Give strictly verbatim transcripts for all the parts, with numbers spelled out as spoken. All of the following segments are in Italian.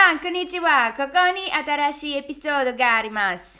Minasan, konnichiwa, koko ni atarashi episodio ga arimasu.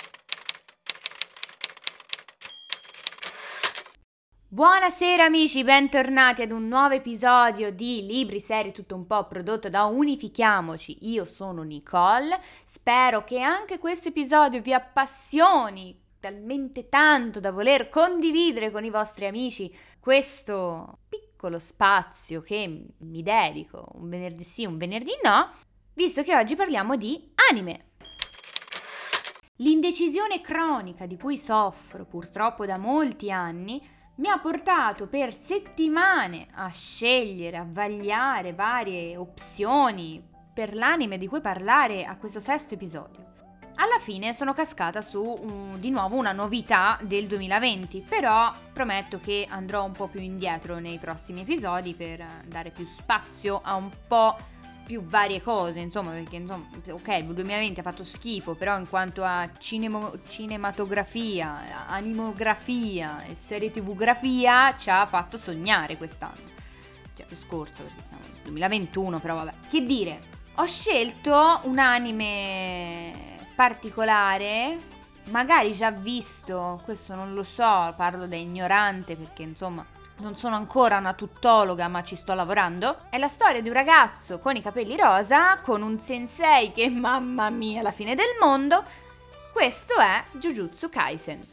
Buonasera amici, bentornati ad un nuovo episodio di Libri Serie Tutto un po' prodotto da Unifichiamoci. Io sono Nicole, spero che anche questo episodio vi appassioni talmente tanto da voler condividere con i vostri amici questo piccolo spazio che mi dedico un venerdì sì, un venerdì no, visto che oggi parliamo di anime. L'indecisione cronica di cui soffro purtroppo da molti anni mi ha portato per settimane a scegliere, a vagliare varie opzioni per l'anime di cui parlare a questo sesto episodio. Alla fine sono cascata su um, di nuovo una novità del duemilaventi, però prometto che andrò un po' più indietro nei prossimi episodi per dare più spazio a un po' più varie cose, insomma, perché insomma, ok, il duemilaventi ha fatto schifo, però in quanto a cinemo, cinematografia, animografia e serie tvgrafia ci ha fatto sognare quest'anno, cioè lo scorso, perché siamo nel duemilaventuno, però vabbè. Che dire, ho scelto un anime particolare, magari già visto, questo non lo so, parlo da ignorante perché insomma non sono ancora una tuttologa, ma ci sto lavorando. È la storia di un ragazzo con i capelli rosa, con un sensei che, mamma mia, la fine del mondo. Questo è Jujutsu Kaisen.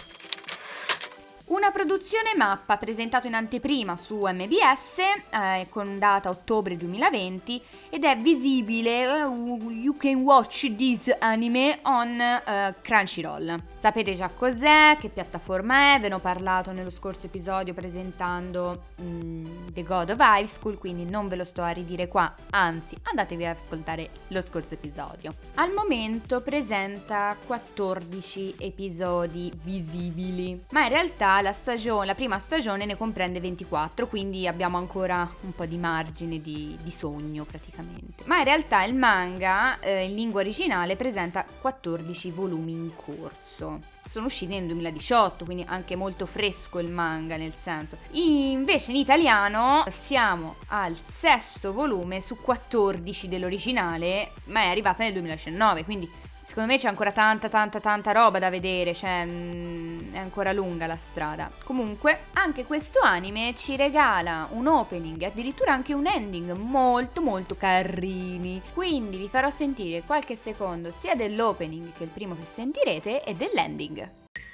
Una produzione mappa presentato in anteprima su M B S eh, con data ottobre duemilaventi ed è visibile, uh, you can watch this anime on uh, Crunchyroll. Sapete già cos'è, che piattaforma è, ve ne ho parlato nello scorso episodio presentando um, The God of High School, quindi non ve lo sto a ridire qua, anzi andatevi ad ascoltare lo scorso episodio. Al momento presenta quattordici episodi visibili, ma in realtà la stagione, la prima stagione ne comprende ventiquattro, quindi abbiamo ancora un po' di margine di, di sogno praticamente. Ma in realtà il manga eh, in lingua originale presenta quattordici volumi in corso. Sono usciti nel duemiladiciotto, quindi anche molto fresco il manga, nel senso. Invece in italiano siamo al sesto volume su quattordici dell'originale, ma è arrivata nel duemiladiciannove, quindi secondo me c'è ancora tanta tanta tanta roba da vedere, cioè mh, è ancora lunga la strada. Comunque anche questo anime ci regala un opening e addirittura anche un ending molto molto carini, quindi vi farò sentire qualche secondo sia dell'opening, che è il primo che sentirete, e dell'ending.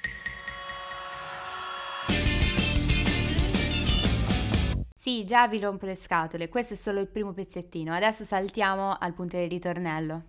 Sì, già vi rompo le scatole, questo è solo il primo pezzettino, adesso saltiamo al punto del ritornello.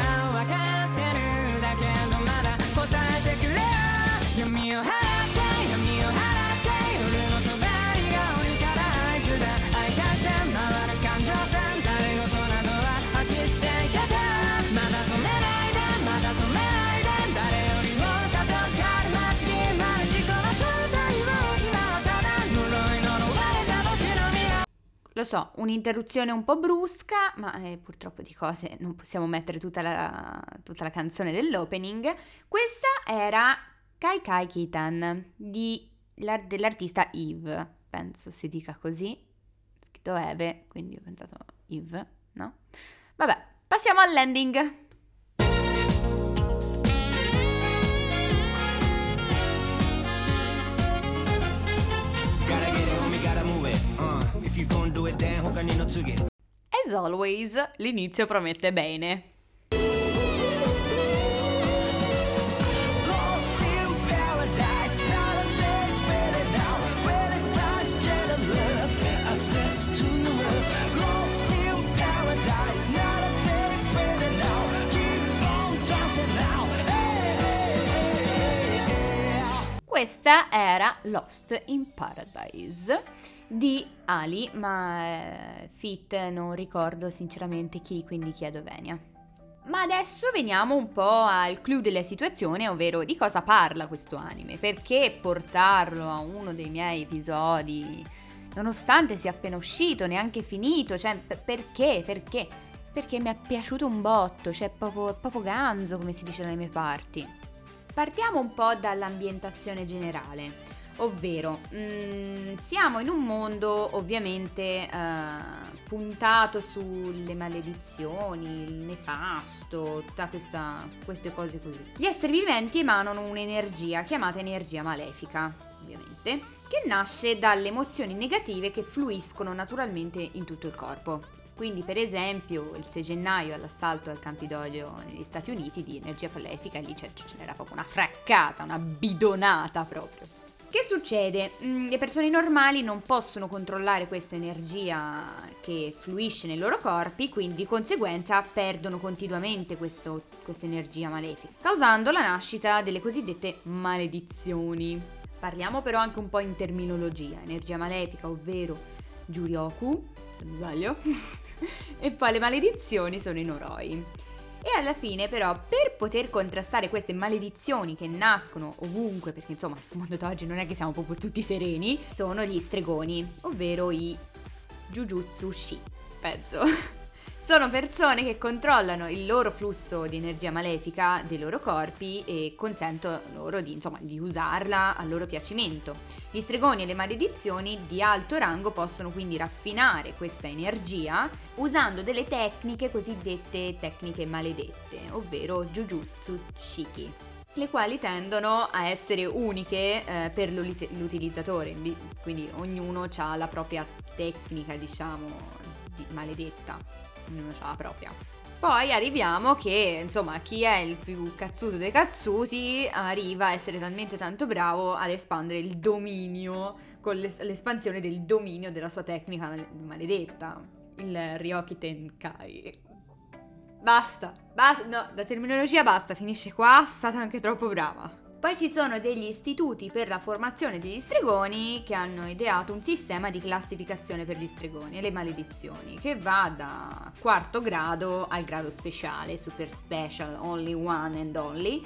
Lo so, un'interruzione un po' brusca, ma eh, purtroppo di cose non possiamo mettere tutta la, tutta la canzone dell'opening. Questa era Kai Kai Kitan di, dell'artista Yves, penso si dica così, scritto Eve, quindi ho pensato Yves, no? Vabbè, passiamo all'ending. As always, l'inizio promette bene. Questa era Lost in Paradise di Ali, ma eh, Fit non ricordo sinceramente chi, quindi chiedo Venia. Ma adesso veniamo un po' al clou della situazione, ovvero di cosa parla questo anime, perché portarlo a uno dei miei episodi, nonostante sia appena uscito, neanche finito, cioè p- perché, perché? Perché mi è piaciuto un botto, cioè proprio, proprio ganzo, come si dice dalle mie parti. Partiamo un po' dall'ambientazione generale. Ovvero, mh, siamo in un mondo ovviamente eh, puntato sulle maledizioni, il nefasto, tutta questa, queste cose così. Gli esseri viventi emanano un'energia chiamata energia malefica, ovviamente, che nasce dalle emozioni negative che fluiscono naturalmente in tutto il corpo. Quindi, per esempio, il sei gennaio all'assalto al Campidoglio negli Stati Uniti di energia malefica, lì c'era proprio una fraccata, una bidonata proprio. Che succede? Le persone normali non possono controllare questa energia che fluisce nei loro corpi, quindi di conseguenza perdono continuamente questa energia malefica, causando la nascita delle cosiddette maledizioni. Parliamo però anche un po' in terminologia: energia malefica, ovvero Juryoku, se non sbaglio, e poi le maledizioni sono i Noroi. E alla fine però, per poter contrastare queste maledizioni che nascono ovunque, perché insomma il mondo d'oggi non è che siamo proprio tutti sereni, sono gli stregoni, ovvero i Jujutsu Shi, penso. Sono persone che controllano il loro flusso di energia malefica dei loro corpi e consentono loro di, insomma, di usarla a loro piacimento. Gli stregoni e le maledizioni di alto rango possono quindi raffinare questa energia usando delle tecniche cosiddette tecniche maledette, ovvero Jujutsu Shiki, le quali tendono a essere uniche eh, per l'utilizzatore, quindi ognuno ha la propria tecnica, diciamo, di maledetta. Ognuno ha la propria. Poi arriviamo che, insomma, chi è il più cazzuto dei cazzuti arriva a essere talmente tanto bravo ad espandere il dominio con l'espansione del dominio della sua tecnica maledetta, il Ryoki Tenkai. Basta, basta, no, la terminologia basta, finisce qua, sono stata anche troppo brava. Poi ci sono degli istituti per la formazione degli stregoni che hanno ideato un sistema di classificazione per gli stregoni e le maledizioni che va da quarto grado al grado speciale, super special, only one and only,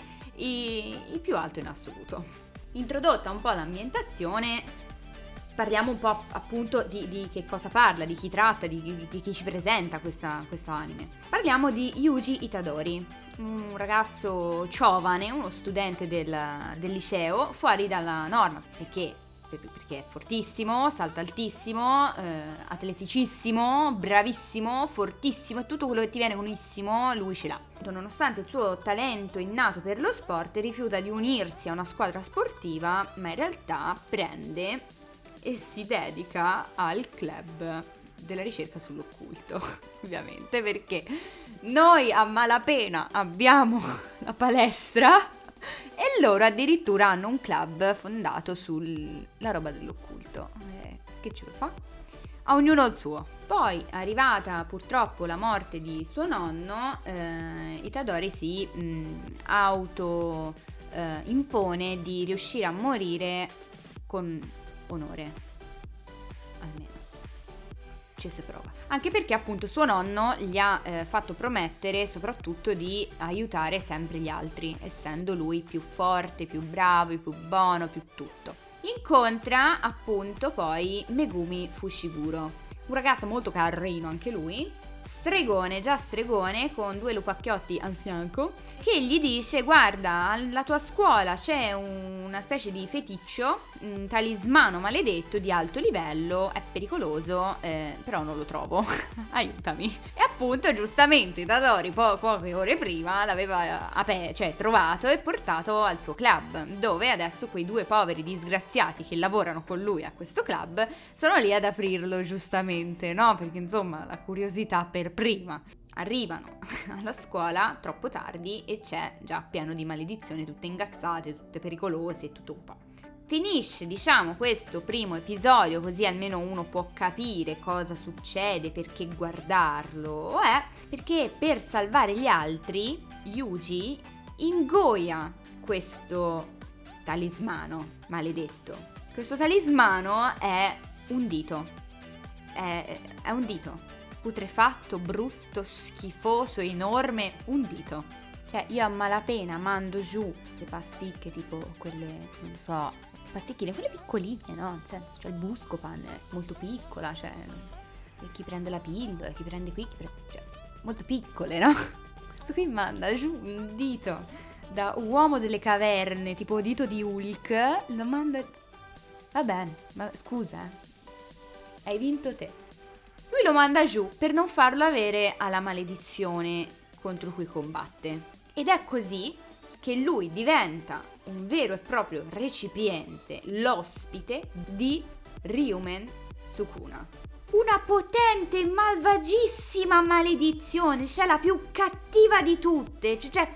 il più alto in assoluto. Introdotta un po' l'ambientazione, parliamo un po' appunto di, di che cosa parla, di chi tratta, di, di, di chi ci presenta questa, questo anime. Parliamo di Yuji Itadori, un ragazzo giovane, uno studente del, del liceo, fuori dalla norma, perché, perché è fortissimo, salta altissimo, eh, atleticissimo, bravissimo, fortissimo, e tutto quello che ti viene buonissimo lui ce l'ha. Nonostante il suo talento innato per lo sport, rifiuta di unirsi a una squadra sportiva, ma in realtà prende e si dedica al club della ricerca sull'occulto, ovviamente, perché noi a malapena abbiamo la palestra e loro addirittura hanno un club fondato sulla roba dell'occulto. Eh, che ci vuoi fare? A ognuno il suo. Poi, arrivata purtroppo la morte di suo nonno, eh, Itadori si mh, auto eh, impone di riuscire a morire con onore, almeno ci si prova, anche perché appunto suo nonno gli ha eh, fatto promettere soprattutto di aiutare sempre gli altri, essendo lui più forte, più bravo, più buono, più tutto. Incontra appunto poi Megumi Fushiguro, un ragazzo molto carino anche lui, stregone, già stregone, con due lupacchiotti al fianco, che gli dice: guarda, alla tua scuola c'è una specie di feticcio, un talismano maledetto di alto livello, è pericoloso, eh, però non lo trovo, aiutami. E appunto giustamente Itadori po- poche ore prima l'aveva ape- cioè, trovato e portato al suo club, dove adesso quei due poveri disgraziati che lavorano con lui a questo club sono lì ad aprirlo, giustamente, no? Perché insomma la curiosità per prima. Arrivano alla scuola troppo tardi e c'è già pieno di maledizioni, tutte ingazzate, tutte pericolose e tutto un po'. Finisce, diciamo, questo primo episodio, così almeno uno può capire cosa succede, perché guardarlo, è perché per salvare gli altri Yuji ingoia questo talismano maledetto. Questo talismano è un dito, è, è un dito putrefatto, brutto, schifoso, enorme, un dito. Cioè io a malapena mando giù le pasticche, tipo quelle, non so, pasticchine, quelle piccoline, no? Nel senso, cioè il Buscopan è molto piccola, cioè chi prende la pillola, chi prende qui, chi prende, cioè, molto piccole, no? Questo qui manda giù un dito da uomo delle caverne, tipo dito di Hulk, lo manda va bene, ma scusa, eh. Hai vinto te. Lui lo manda giù per non farlo avere alla maledizione contro cui combatte. Ed è così che lui diventa un vero e proprio recipiente, l'ospite di Ryumen Sukuna. Una potente e malvagissima maledizione, cioè la più cattiva di tutte. Cioè,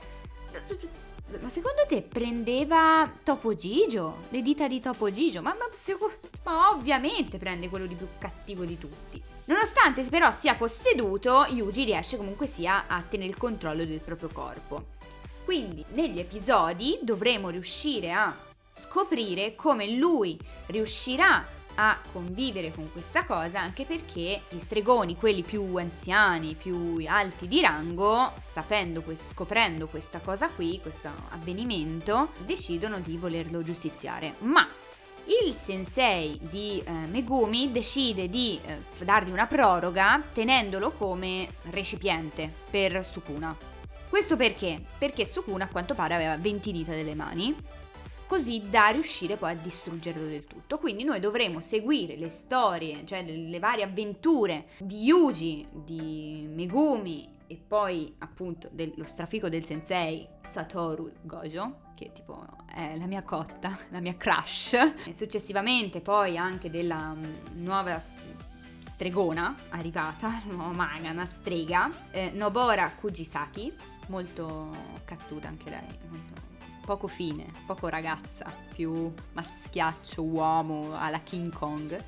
ma secondo te prendeva Topo Gigio? Le dita di Topo Gigio? Ma, ma, ma ovviamente prende quello di più cattivo di tutti. Nonostante però sia posseduto, Yuji riesce comunque sia a tenere il controllo del proprio corpo. Quindi negli episodi dovremo riuscire a scoprire come lui riuscirà a convivere con questa cosa, anche perché gli stregoni, quelli più anziani, più alti di rango, sapendo, scoprendo questa cosa qui, questo avvenimento, decidono di volerlo giustiziare. Ma il sensei di eh, Megumi decide di eh, dargli una proroga tenendolo come recipiente per Sukuna. Questo perché? Perché Sukuna a quanto pare aveva venti dita delle mani, così da riuscire poi a distruggerlo del tutto. Quindi noi dovremo seguire le storie, cioè le, le varie avventure di Yuji, di Megumi e poi appunto dello strafico del sensei Satoru Gojo, che tipo è la mia cotta, la mia crush. E successivamente poi anche della um, nuova stregona arrivata, una maga, una strega, eh, Nobora Kujisaki, molto cazzuta anche lei, molto, poco fine, poco ragazza, più maschiaccio uomo alla King Kong.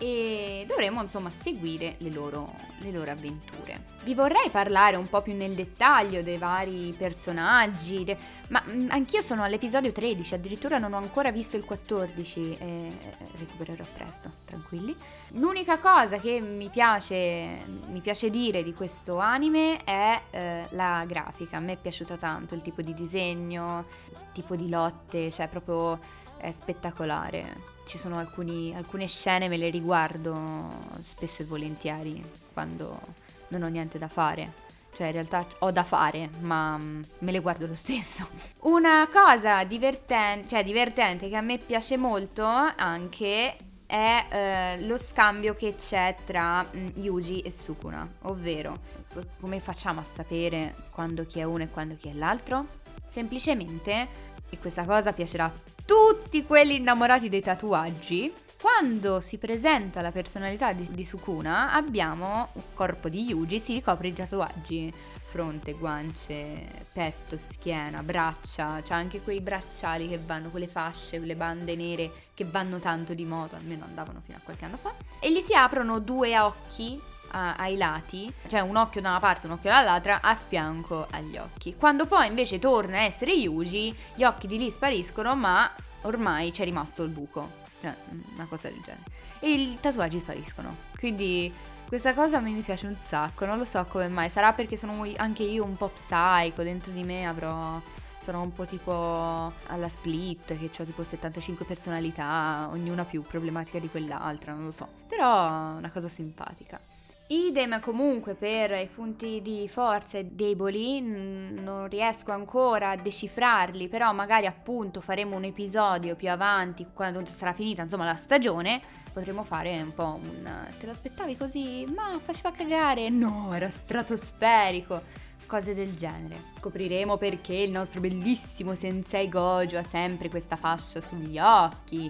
E dovremo insomma seguire le loro, le loro avventure. Vi vorrei parlare un po' più nel dettaglio dei vari personaggi, de- ma mh, anch'io sono all'episodio tredici, addirittura non ho ancora visto il quattordici e recupererò presto, tranquilli. L'unica cosa che mi piace, mi piace dire di questo anime è eh, la grafica. A me è piaciuta tanto il tipo di disegno, il tipo di lotte, cioè proprio è spettacolare. Ci sono alcuni, alcune scene, me le riguardo spesso e volentieri quando non ho niente da fare. Cioè in realtà ho da fare, ma me le guardo lo stesso. Una cosa divertente, cioè divertente che a me piace molto anche è eh, lo scambio che c'è tra mh, Yuji e Sukuna. Ovvero, come facciamo a sapere quando chi è uno e quando chi è l'altro? Semplicemente, e questa cosa piacerà a tutti quelli innamorati dei tatuaggi, quando si presenta la personalità di, di Sukuna abbiamo un corpo di Yuji, si ricopre di tatuaggi, fronte, guance, petto, schiena, braccia, c'ha anche quei bracciali che vanno, quelle fasce, quelle bande nere che vanno tanto di moda, almeno andavano fino a qualche anno fa, e gli si aprono due occhi a, ai lati, cioè un occhio da una parte e un occhio dall'altra a fianco agli occhi. Quando poi invece torna a essere Yuji, gli occhi di lì spariscono, ma ormai c'è rimasto il buco, cioè una cosa del genere, e i tatuaggi spariscono. Quindi questa cosa a me mi piace un sacco, non lo so come mai, sarà perché sono anche io un po' psycho, dentro di me avrò, sono un po' tipo alla Split, che ho tipo settantacinque personalità, ognuna più problematica di quell'altra, non lo so, però è una cosa simpatica. Idem comunque per i punti di forza e deboli, non riesco ancora a decifrarli, però magari appunto faremo un episodio più avanti, quando sarà finita insomma la stagione, potremo fare un po' un te lo aspettavi così? Ma faceva cagare? No, era stratosferico, cose del genere. Scopriremo perché il nostro bellissimo Sensei Gojo ha sempre questa fascia sugli occhi.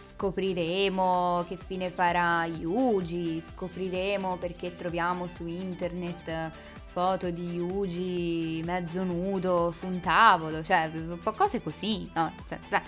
Scopriremo che fine farà Yuji, scopriremo perché troviamo su internet foto di Yuji mezzo nudo su un tavolo, cioè un po' cose così, no? Cioè,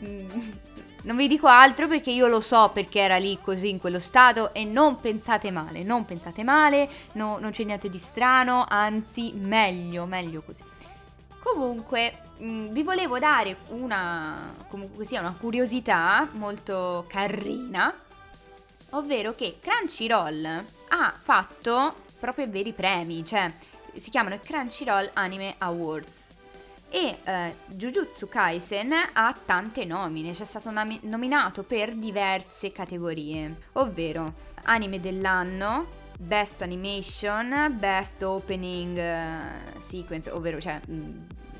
non vi dico altro perché io lo so perché era lì così in quello stato e non pensate male, non pensate male, no, non c'è niente di strano, anzi meglio, meglio così. Comunque mh, vi volevo dare una, comunque sia una curiosità molto carina, ovvero che Crunchyroll ha fatto proprio veri premi, cioè si chiamano Crunchyroll Anime Awards e eh, Jujutsu Kaisen ha tante nomine, c'è stato nom- nominato per diverse categorie, ovvero anime dell'anno, Best Animation, Best Opening uh, Sequence, ovvero cioè mh,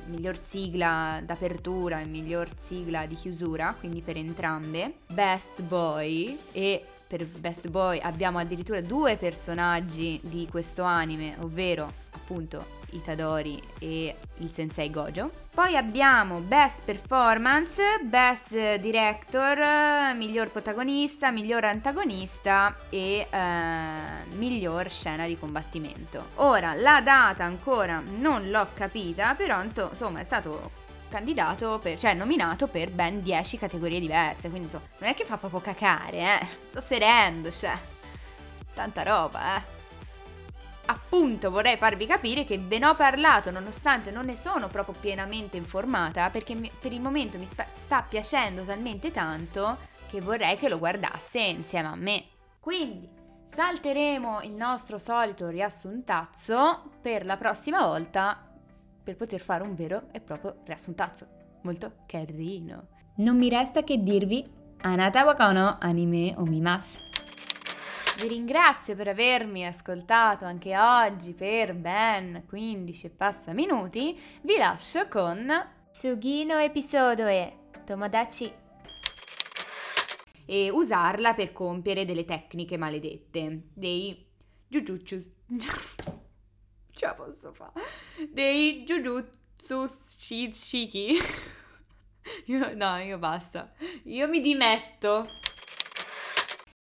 miglior sigla d'apertura e miglior sigla di chiusura, quindi per entrambe. Best Boy, e per Best Boy abbiamo addirittura due personaggi di questo anime, ovvero appunto Itadori e il Sensei Gojo. Poi abbiamo Best Performance, Best Director, miglior protagonista, miglior antagonista e eh, miglior scena di combattimento. Ora, la data ancora non l'ho capita, però insomma è stato candidato per, cioè nominato per ben dieci categorie diverse, quindi insomma, non è che fa proprio cacare, eh. Sto serendo, cioè tanta roba, eh. Appunto vorrei farvi capire che ve ne ho parlato nonostante non ne sono proprio pienamente informata, perché mi, per il momento mi spa- sta piacendo talmente tanto che vorrei che lo guardaste insieme a me. Quindi salteremo il nostro solito riassuntazzo per la prossima volta per poter fare un vero e proprio riassuntazzo molto carino. Non mi resta che dirvi Anata wa kono anime omimasu. Vi ringrazio per avermi ascoltato anche oggi per ben quindici e passa minuti. Vi lascio con Sugino episodio e Tomodachi e usarla per compiere delle tecniche maledette, dei Jujutsu. Ce la posso fare. Dei Jujutsu Shiki. Io, no, io basta. Io mi dimetto.